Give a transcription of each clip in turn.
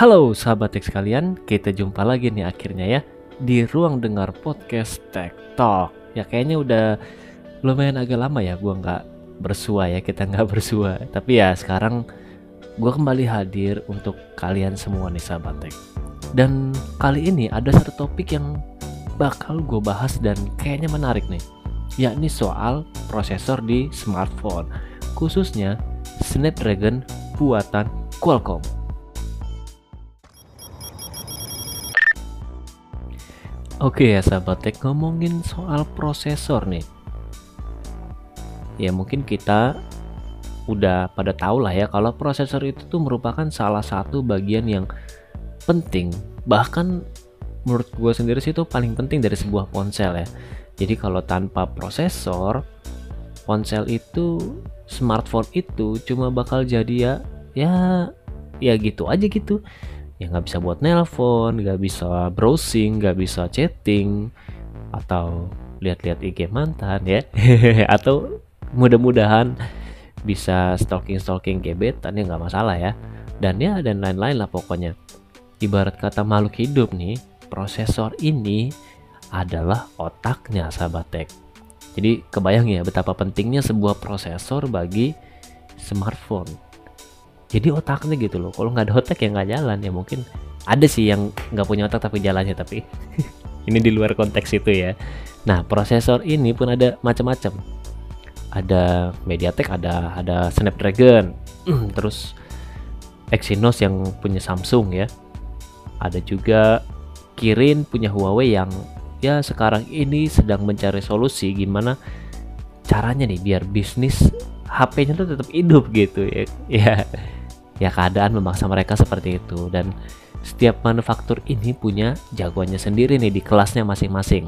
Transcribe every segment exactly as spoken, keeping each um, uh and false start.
Halo sahabat tech sekalian, kita jumpa lagi nih akhirnya ya di ruang dengar podcast Tech Talk. Ya kayaknya udah lumayan agak lama ya gua nggak bersua ya, kita nggak bersua. Tapi ya sekarang gua kembali hadir untuk kalian semua nih sahabat tech. Dan kali ini ada satu topik yang bakal gue bahas dan kayaknya menarik nih, yakni soal prosesor di smartphone, khususnya Snapdragon buatan Qualcomm. Oke ya sahabat tech, ngomongin soal prosesor nih. Ya mungkin kita udah pada tahu lah ya kalau prosesor itu tuh merupakan salah satu bagian yang penting. Bahkan menurut gue sendiri sih itu paling penting dari sebuah ponsel ya. Jadi kalau tanpa prosesor, ponsel itu, smartphone itu cuma bakal jadi ya ya ya gitu aja gitu. Ya nggak bisa buat nelpon, nggak bisa browsing, nggak bisa chatting, atau lihat-lihat I G mantan ya, atau mudah-mudahan bisa stalking-stalking gebetan ya nggak masalah ya, dan ya dan lain-lain lah pokoknya. Ibarat kata makhluk hidup nih, prosesor ini adalah otaknya sahabat tech. Jadi kebayang ya betapa pentingnya sebuah prosesor bagi smartphone. Jadi otaknya gitu loh, kalau nggak ada otak ya nggak jalan ya. Mungkin ada sih yang nggak punya otak tapi jalannya, tapi ini di luar konteks itu ya. Nah prosesor ini pun ada macam-macam. Ada MediaTek, ada ada Snapdragon, terus Exynos yang punya Samsung ya. Ada juga Kirin punya Huawei yang ya sekarang ini sedang mencari solusi gimana caranya nih biar bisnis H P-nya tuh tetap hidup gitu ya. Ya ya keadaan memaksa mereka seperti itu, dan setiap manufaktur ini punya jagoannya sendiri nih di kelasnya masing-masing.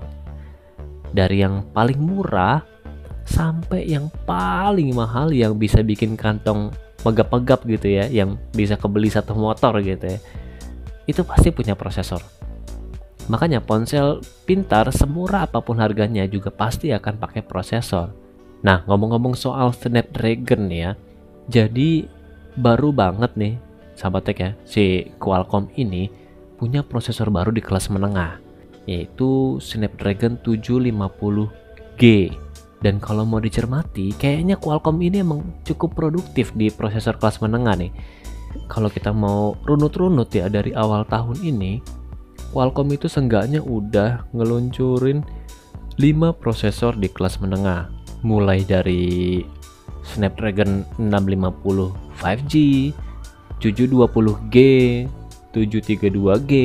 Dari yang paling murah sampai yang paling mahal yang bisa bikin kantong megap-megap gitu ya, yang bisa kebeli satu motor gitu ya. Itu pasti punya prosesor. Makanya ponsel pintar semurah apapun harganya juga pasti akan pakai prosesor. Nah, ngomong-ngomong soal Snapdragon nih ya. Jadi baru banget nih sahabat tech ya, si Qualcomm ini punya prosesor baru di kelas menengah, yaitu Snapdragon tujuh lima puluh G. Dan kalau mau dicermati, kayaknya Qualcomm ini emang cukup produktif di prosesor kelas menengah nih. Kalau kita mau runut-runut ya, dari awal tahun ini Qualcomm itu seenggaknya udah ngeluncurin lima prosesor di kelas menengah, mulai dari Snapdragon enam lima puluh lima G, tujuh dua puluh G, tujuh tiga dua G,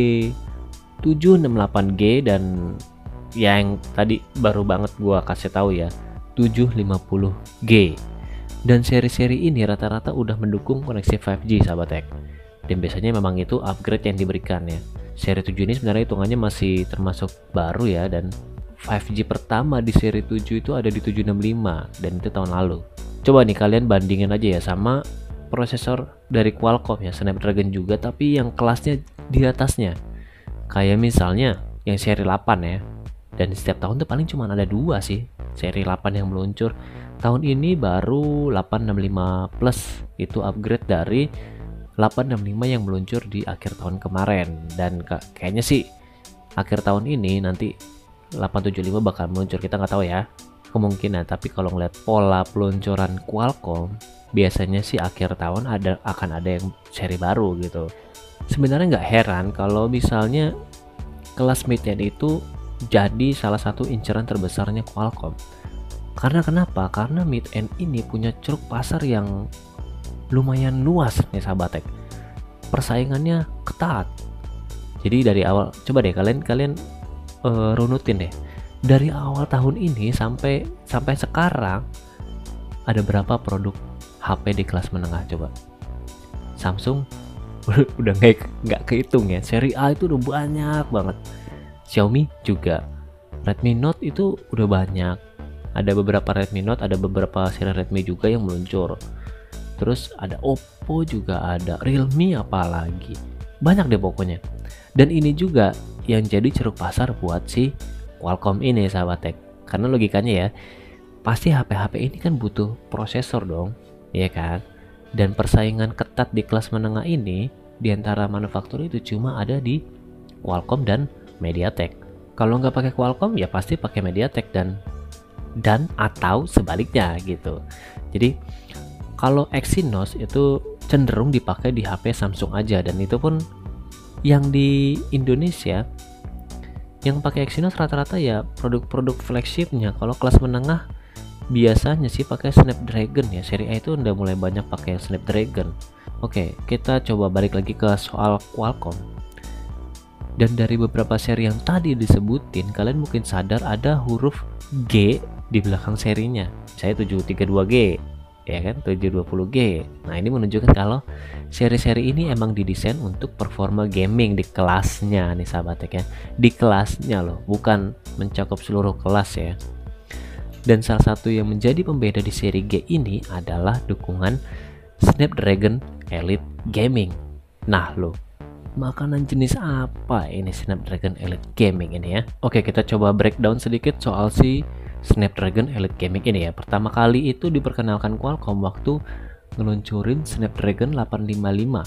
tujuh enam delapan G, dan yang tadi baru banget gua kasih tahu ya, tujuh lima puluh G. Dan seri-seri ini rata-rata udah mendukung koneksi lima G sahabat tech. Dan biasanya memang itu upgrade yang diberikan ya. Seri tujuh ini sebenarnya hitungannya masih termasuk baru ya, dan lima G pertama di seri tujuh itu ada di tujuh enam lima, dan itu tahun lalu. Coba nih kalian bandingin aja ya sama prosesor dari Qualcomm ya, Snapdragon juga tapi yang kelasnya di atasnya. Kayak misalnya yang seri delapan ya. Dan setiap tahun tuh paling cuma ada dua sih seri delapan yang meluncur. Tahun ini baru delapan enam lima Plus, itu upgrade dari delapan enam lima yang meluncur di akhir tahun kemarin. Dan kayaknya sih akhir tahun ini nanti delapan tujuh lima bakal meluncur, kita nggak tahu ya, kemungkinan. Tapi kalau ngeliat pola peluncuran Qualcomm, biasanya sih akhir tahun ada akan ada yang seri baru gitu. Sebenarnya nggak heran kalau misalnya kelas mid-end itu jadi salah satu inceran terbesarnya Qualcomm. Karena kenapa? Karena mid-end ini punya ceruk pasar yang lumayan luas nih sahabat tech. Persaingannya ketat. Jadi dari awal, coba deh kalian kalian uh, runutin deh. Dari awal tahun ini sampai sampai sekarang ada berapa produk H P di kelas menengah coba? Samsung udah nggak nggak kehitung ya. Seri A itu udah banyak banget. Xiaomi juga. Redmi Note itu udah banyak. Ada beberapa Redmi Note, ada beberapa seri Redmi juga yang meluncur. Terus ada Oppo juga, ada Realme apalagi. Banyak deh pokoknya. Dan ini juga yang jadi ceruk pasar buat si Qualcomm ini sahabat tech. Karena logikanya ya, pasti H P-H P ini kan butuh prosesor dong, ya kan? Dan persaingan ketat di kelas menengah ini di antara manufaktur itu cuma ada di Qualcomm dan MediaTek. Kalau nggak pakai Qualcomm ya pasti pakai MediaTek dan dan atau sebaliknya gitu. Jadi kalau Exynos itu cenderung dipakai di H P Samsung aja, dan itu pun yang di Indonesia yang pakai Exynos rata-rata ya produk-produk flagshipnya. Kalau kelas menengah biasanya sih pakai Snapdragon ya, seri A itu udah mulai banyak pakai Snapdragon. Oke, kita coba balik lagi ke soal Qualcomm. Dan dari beberapa seri yang tadi disebutin, kalian mungkin sadar ada huruf G di belakang serinya. Saya tujuh tiga dua G, ya kan, tujuh dua nol G. Nah, ini menunjukkan kalau seri-seri ini emang didesain untuk performa gaming di kelasnya nih sahabat ya, di kelasnya loh, bukan mencakup seluruh kelas ya. Dan salah satu yang menjadi pembeda di seri G ini adalah dukungan Snapdragon Elite Gaming. Nah loh, makanan jenis apa ini Snapdragon Elite Gaming ini ya? Oke, kita coba breakdown sedikit soal si Snapdragon Elite Gaming ini ya. Pertama kali itu diperkenalkan Qualcomm waktu ngeluncurin Snapdragon delapan lima lima,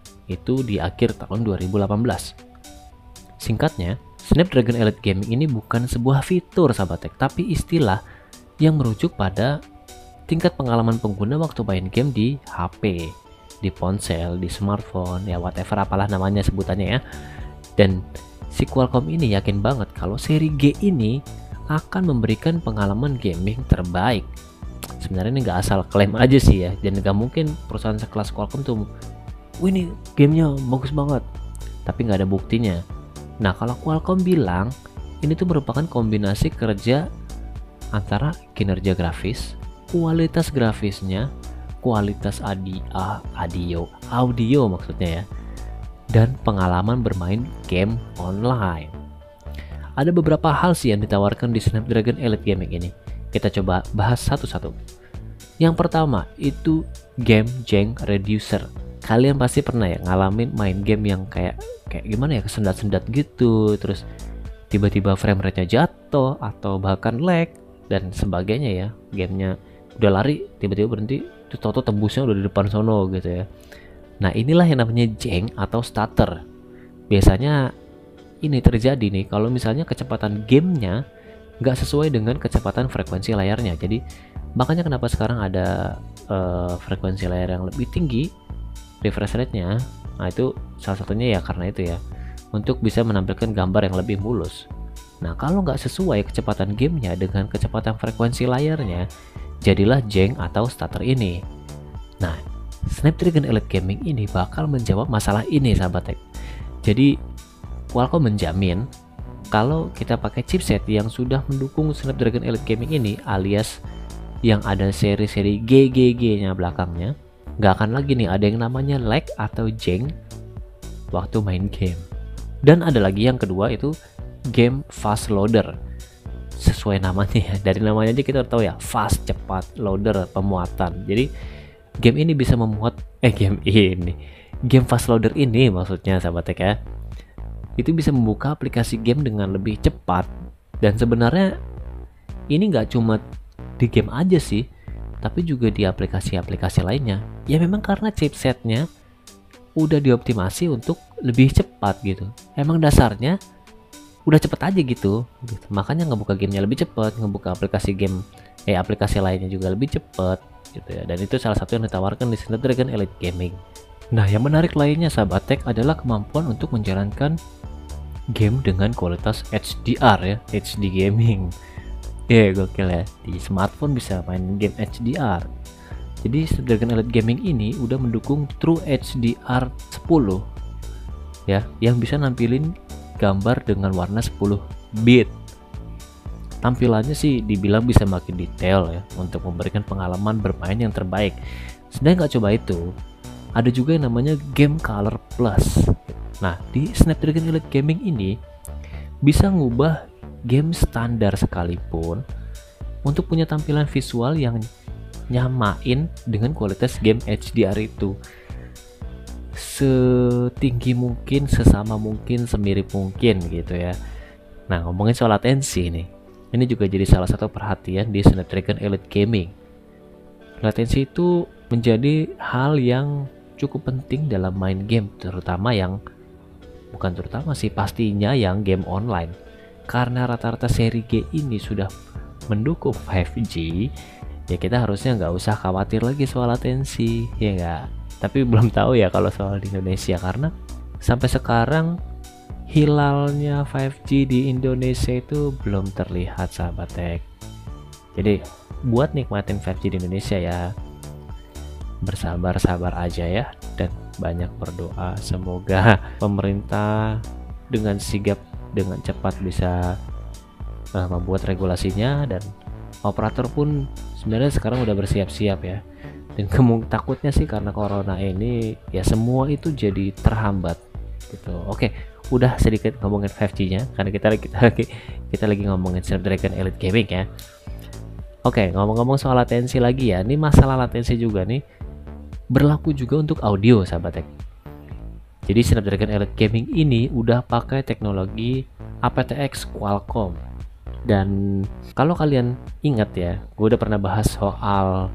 itu di akhir tahun dua ribu delapan belas. Singkatnya, Snapdragon Elite Gaming ini bukan sebuah fitur sahabat tek, tapi istilah yang merujuk pada tingkat pengalaman pengguna waktu main game di H P, di ponsel, di smartphone, ya whatever apalah namanya sebutannya ya. Dan si Qualcomm ini yakin banget kalau seri G ini akan memberikan pengalaman gaming terbaik. Sebenarnya ini nggak asal klaim aja sih ya, dan nggak mungkin perusahaan sekelas Qualcomm tuh, wih ini gamenya bagus banget, tapi nggak ada buktinya. Nah, kalau Qualcomm bilang ini tuh merupakan kombinasi kerja antara kinerja grafis, kualitas grafisnya, kualitas adi, ah, audio, audio maksudnya ya, dan pengalaman bermain game online. Ada beberapa hal sih yang ditawarkan di Snapdragon Elite Gaming ini. Kita coba bahas satu-satu. Yang pertama itu game jang reducer. Kalian pasti pernah ya ngalamin main game yang kayak kayak gimana ya, kesendat-sendat gitu, terus tiba-tiba frame rate-nya jatuh atau bahkan lag dan sebagainya ya. Gamenya udah lari tiba-tiba berhenti, terus tau-tau tembusnya udah di depan sono gitu ya. Nah, inilah yang namanya jang atau stutter. Biasanya ini terjadi nih kalau misalnya kecepatan gamenya nggak sesuai dengan kecepatan frekuensi layarnya. Jadi makanya kenapa sekarang ada uh, frekuensi layar yang lebih tinggi, refresh rate-nya. Nah, itu salah satunya ya karena itu ya, untuk bisa menampilkan gambar yang lebih mulus. Nah, kalau nggak sesuai kecepatan gamenya dengan kecepatan frekuensi layarnya, jadilah jang atau stutter ini. Nah, Snapdragon Elite Gaming ini bakal menjawab masalah ini sahabat tek. Jadi Qualcomm menjamin kalau kita pakai chipset yang sudah mendukung Snapdragon Elite Gaming ini, alias yang ada seri-seri G G G-nya belakangnya, nggak akan lagi nih ada yang namanya lag atau jang waktu main game. Dan ada lagi yang kedua itu game fast loader. Sesuai namanya ya, dari namanya aja kita tahu ya, fast, cepat, loader, pemuatan. Jadi game ini bisa memuat eh game ini game fast loader ini maksudnya sahabat tek ya, itu bisa membuka aplikasi game dengan lebih cepat. Dan sebenarnya ini nggak cuma di game aja sih, tapi juga di aplikasi-aplikasi lainnya. Ya memang karena chipsetnya udah dioptimasi untuk lebih cepat gitu. Emang dasarnya udah cepet aja gitu, gitu. Makanya ngebuka gamenya lebih cepat, ngebuka aplikasi game, eh aplikasi lainnya juga lebih cepat gitu ya. Dan itu salah satu yang ditawarkan di Snapdragon Elite Gaming. Nah, yang menarik lainnya sahabat tek adalah kemampuan untuk menjalankan game dengan kualitas H D R ya, H D gaming. Ya, yeah, gokil ya. Di smartphone bisa main game H D R. Jadi Snapdragon Elite Gaming ini udah mendukung True H D R sepuluh ya, yang bisa nampilin gambar dengan warna sepuluh bit. Tampilannya sih dibilang bisa makin detail ya, untuk memberikan pengalaman bermain yang terbaik. Sedang nggak coba itu, ada juga yang namanya Game Color Plus. Nah, di Snapdragon Elite Gaming ini bisa ngubah game standar sekalipun untuk punya tampilan visual yang nyamain dengan kualitas game H D R itu, setinggi mungkin, sesama mungkin, semirip mungkin gitu ya. Nah, ngomongin soal latensi nih, ini juga jadi salah satu perhatian di Snapdragon Elite Gaming. Latensi itu menjadi hal yang cukup penting dalam main game, terutama yang bukan terutama sih pastinya yang game online. Karena rata-rata seri G ini sudah mendukung lima G, ya kita harusnya nggak usah khawatir lagi soal latensi, ya nggak? Tapi belum tahu ya kalau soal di Indonesia, karena sampai sekarang hilalnya lima G di Indonesia itu belum terlihat, sahabat tech. Jadi buat nikmatin lima G di Indonesia ya, bersabar-sabar aja ya, dan banyak berdoa semoga pemerintah dengan sigap dengan cepat bisa uh, membuat regulasinya, dan operator pun sebenarnya sekarang udah bersiap-siap ya. Dan kemung takutnya sih karena corona ini ya semua itu jadi terhambat gitu. Oke, udah sedikit ngomongin lima G-nya karena kita kita lagi kita lagi ngomongin Snapdragon Elite Gaming ya. Oke, ngomong-ngomong soal latensi lagi ya. Ini masalah latensi juga nih berlaku juga untuk audio, sahabat tech. Jadi Snapdragon Elite Gaming ini udah pakai teknologi A P T X Qualcomm. Dan kalau kalian ingat ya, gue udah pernah bahas soal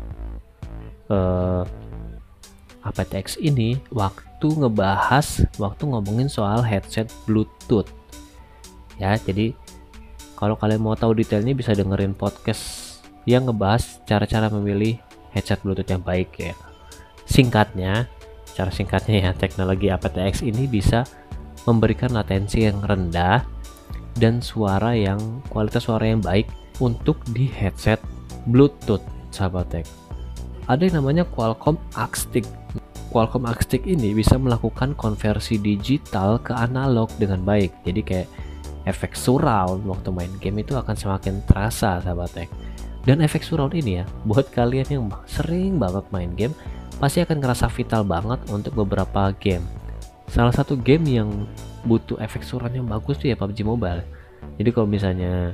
uh, A P T X ini waktu ngebahas waktu ngomongin soal headset Bluetooth. Ya, jadi kalau kalian mau tahu detailnya bisa dengerin podcast yang ngebahas cara-cara memilih headset Bluetooth yang baik ya. Singkatnya, cara singkatnya ya, teknologi A P T X ini bisa memberikan latensi yang rendah dan suara yang kualitas suara yang baik untuk di headset Bluetooth, sahabat tech. Ada yang namanya Qualcomm Acoustic. Qualcomm Acoustic ini bisa melakukan konversi digital ke analog dengan baik. Jadi kayak efek surround waktu main game itu akan semakin terasa, sahabat tech. Dan efek surround ini ya, buat kalian yang sering banget main game pasti akan ngerasa vital banget untuk beberapa game. Salah satu game yang butuh efek surround yang bagus tuh ya P U B G Mobile. Jadi kalau misalnya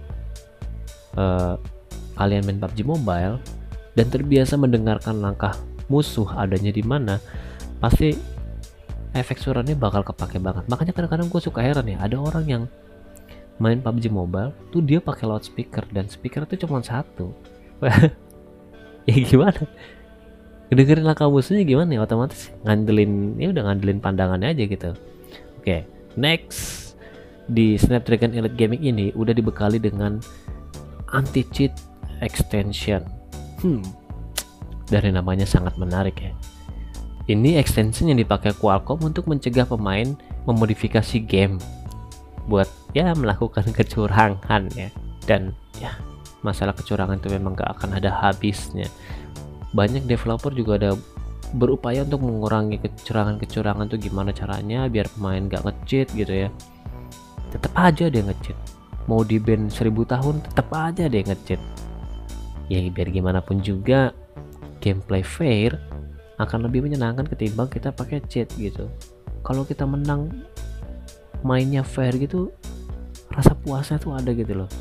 uh, kalian main P U B G Mobile dan terbiasa mendengarkan langkah musuh adanya di mana, pasti efek surroundnya bakal kepake banget. Makanya kadang-kadang gue suka heran ya, ada orang yang main P U B G Mobile tuh dia pakai loudspeaker dan speaker itu cuma satu. Ya gimana? Dengerin langkah musuhnya gimana ya, otomatis ngandelin ya udah ngandelin pandangannya aja gitu. Oke, okay, next di Snapdragon Elite Gaming ini udah dibekali dengan anti-cheat extension. Hmm, dari namanya sangat menarik ya. Ini extension yang dipakai Qualcomm untuk mencegah pemain memodifikasi game buat ya melakukan kecurangan ya. Dan ya masalah kecurangan itu memang gak akan ada habisnya. Banyak developer juga ada berupaya untuk mengurangi kecurangan-kecurangan tuh gimana caranya biar pemain gak nge-cheat gitu ya. Tetap aja dia nge-cheat. Mau di ban seribu tahun tetap aja dia nge-cheat. Ya biar gimana pun juga gameplay fair akan lebih menyenangkan ketimbang kita pakai cheat gitu. Kalau kita menang mainnya fair gitu, rasa puasnya tuh ada gitu loh.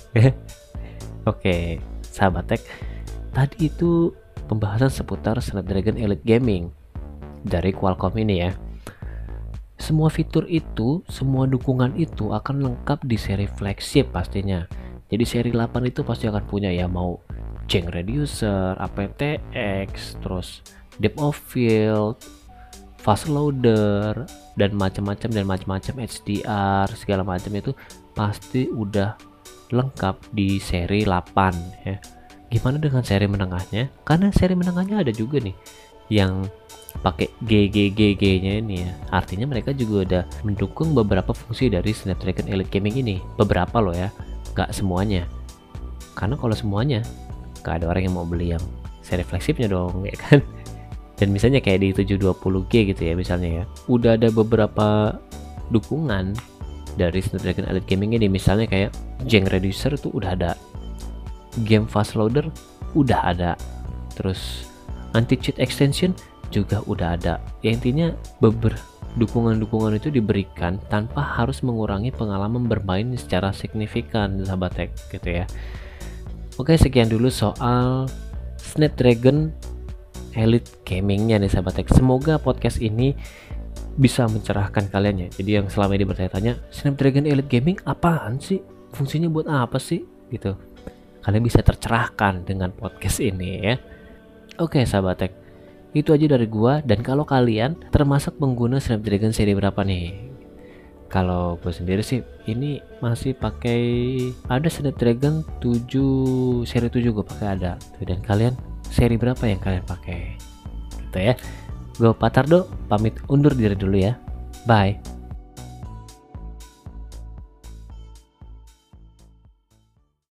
Oke, sahabat tech, tadi itu pembahasan seputar Snapdragon Elite Gaming dari Qualcomm ini ya. Semua fitur itu, semua dukungan itu akan lengkap di seri flagship pastinya. Jadi seri delapan itu pasti akan punya ya, mau Jank Reducer, A P T X, terus Depth of Field, Fast Loader, dan macam-macam dan macam-macam H D R segala macam itu pasti udah lengkap di seri delapan ya. Gimana dengan seri menengahnya? Karena seri menengahnya ada juga nih yang pakai G G G G-nya ini ya. Artinya mereka juga udah mendukung beberapa fungsi dari Snapdragon Elite Gaming ini. Beberapa loh ya, nggak semuanya. Karena kalau semuanya, nggak ada orang yang mau beli yang seri flagshipnya dong, ya kan? Dan misalnya kayak di tujuh dua puluh G gitu ya misalnya ya, udah ada beberapa dukungan dari Snapdragon Elite Gaming ini. Misalnya kayak Jank Reducer itu udah ada, Game Fast Loader udah ada, terus anti-cheat extension juga udah ada. Ya intinya beber dukungan-dukungan itu diberikan tanpa harus mengurangi pengalaman bermain secara signifikan, sahabat tech gitu ya. Oke, sekian dulu soal Snapdragon Elite Gamingnya nih sahabat tech. Semoga podcast ini bisa mencerahkan kalian ya. Jadi yang selama ini bertanya-tanya, Snapdragon Elite Gaming apaan sih? Fungsinya buat apa sih? Gitu. Kalian bisa tercerahkan dengan podcast ini ya. Oke sahabat tech, Itu aja dari gua. Dan kalau kalian termasuk pengguna Snapdragon seri berapa nih? Kalau gue sendiri sih ini masih pakai ada Snapdragon tujuh, seri tujuh gue pakai ada. Dan kalian seri berapa yang kalian pakai? Gitu ya. Gue Patardo pamit undur diri dulu ya. Bye.